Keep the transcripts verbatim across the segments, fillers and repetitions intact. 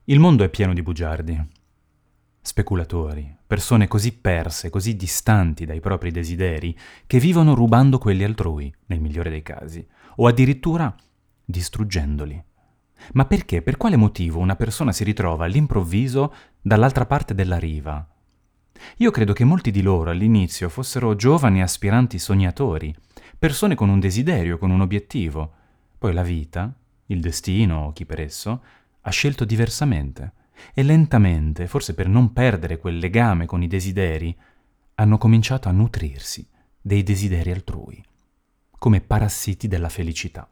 Il mondo è pieno di bugiardi, speculatori, persone così perse, così distanti dai propri desideri, che vivono rubando quelli altrui, nel migliore dei casi, o addirittura distruggendoli. Ma perché, per quale motivo una persona si ritrova all'improvviso dall'altra parte della riva? Io credo che molti di loro all'inizio fossero giovani aspiranti sognatori, persone con un desiderio, con un obiettivo. Poi la vita, il destino o chi per esso, ha scelto diversamente e lentamente, forse per non perdere quel legame con i desideri, hanno cominciato a nutrirsi dei desideri altrui, come parassiti della felicità.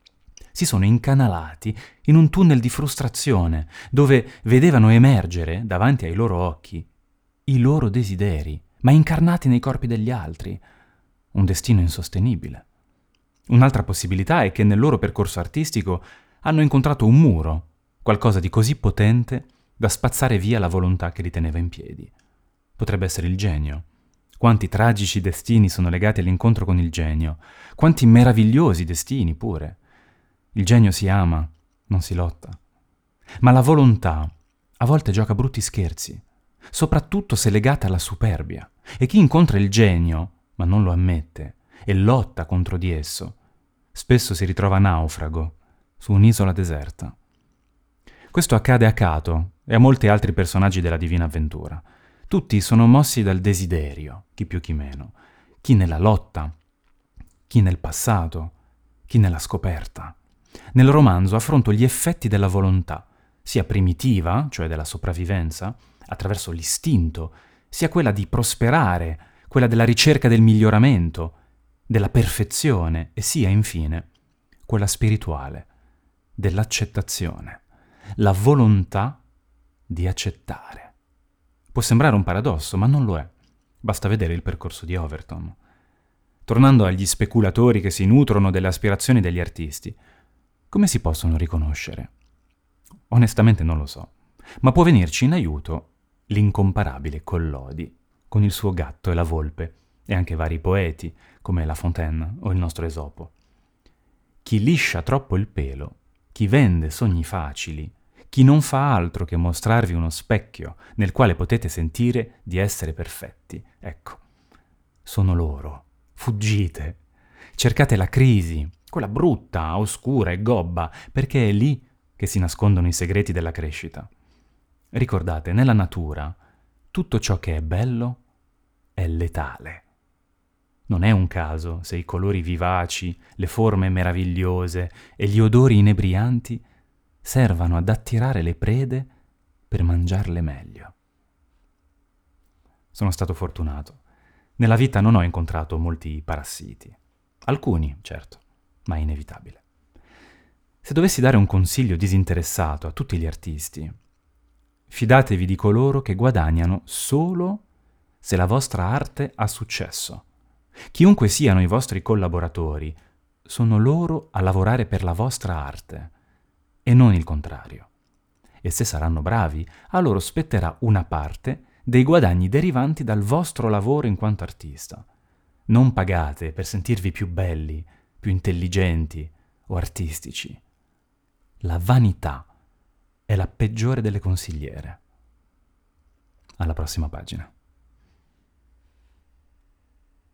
Si sono incanalati in un tunnel di frustrazione, dove vedevano emergere, davanti ai loro occhi, i loro desideri, ma incarnati nei corpi degli altri. Un destino insostenibile. Un'altra possibilità è che nel loro percorso artistico hanno incontrato un muro, qualcosa di così potente da spazzare via la volontà che li teneva in piedi. Potrebbe essere il genio. Quanti tragici destini sono legati all'incontro con il genio, quanti meravigliosi destini pure. Il genio si ama, non si lotta. Ma la volontà a volte gioca brutti scherzi, soprattutto se legata alla superbia. E chi incontra il genio, ma non lo ammette, e lotta contro di esso, spesso si ritrova naufrago su un'isola deserta. Questo accade a Cato e a molti altri personaggi della Divina Avventura. Tutti sono mossi dal desiderio, chi più chi meno, chi nella lotta, chi nel passato, chi nella scoperta. Nel romanzo affronto gli effetti della volontà, sia primitiva, cioè della sopravvivenza, attraverso l'istinto, sia quella di prosperare, quella della ricerca del miglioramento, della perfezione, e sia, infine, quella spirituale, dell'accettazione, la volontà di accettare. Può sembrare un paradosso, ma non lo è. Basta vedere il percorso di Overton. Tornando agli speculatori che si nutrono delle aspirazioni degli artisti, come si possono riconoscere? Onestamente non lo so, ma può venirci in aiuto l'incomparabile Collodi, con il suo gatto e la volpe, e anche vari poeti, come La Fontaine o il nostro Esopo. Chi liscia troppo il pelo, chi vende sogni facili, chi non fa altro che mostrarvi uno specchio nel quale potete sentire di essere perfetti, ecco, sono loro. Fuggite. Cercate la crisi, quella brutta, oscura e gobba, perché è lì che si nascondono i segreti della crescita. Ricordate, nella natura, tutto ciò che è bello è letale. Non è un caso se i colori vivaci, le forme meravigliose e gli odori inebrianti servano ad attirare le prede per mangiarle meglio. Sono stato fortunato. Nella vita non ho incontrato molti parassiti. Alcuni, certo, ma è inevitabile. Se dovessi dare un consiglio disinteressato a tutti gli artisti, fidatevi di coloro che guadagnano solo se la vostra arte ha successo. Chiunque siano i vostri collaboratori, sono loro a lavorare per la vostra arte e non il contrario. E se saranno bravi, a loro spetterà una parte dei guadagni derivanti dal vostro lavoro in quanto artista. Non pagate per sentirvi più belli, più intelligenti o artistici. La vanità è la peggiore delle consigliere. Alla prossima pagina.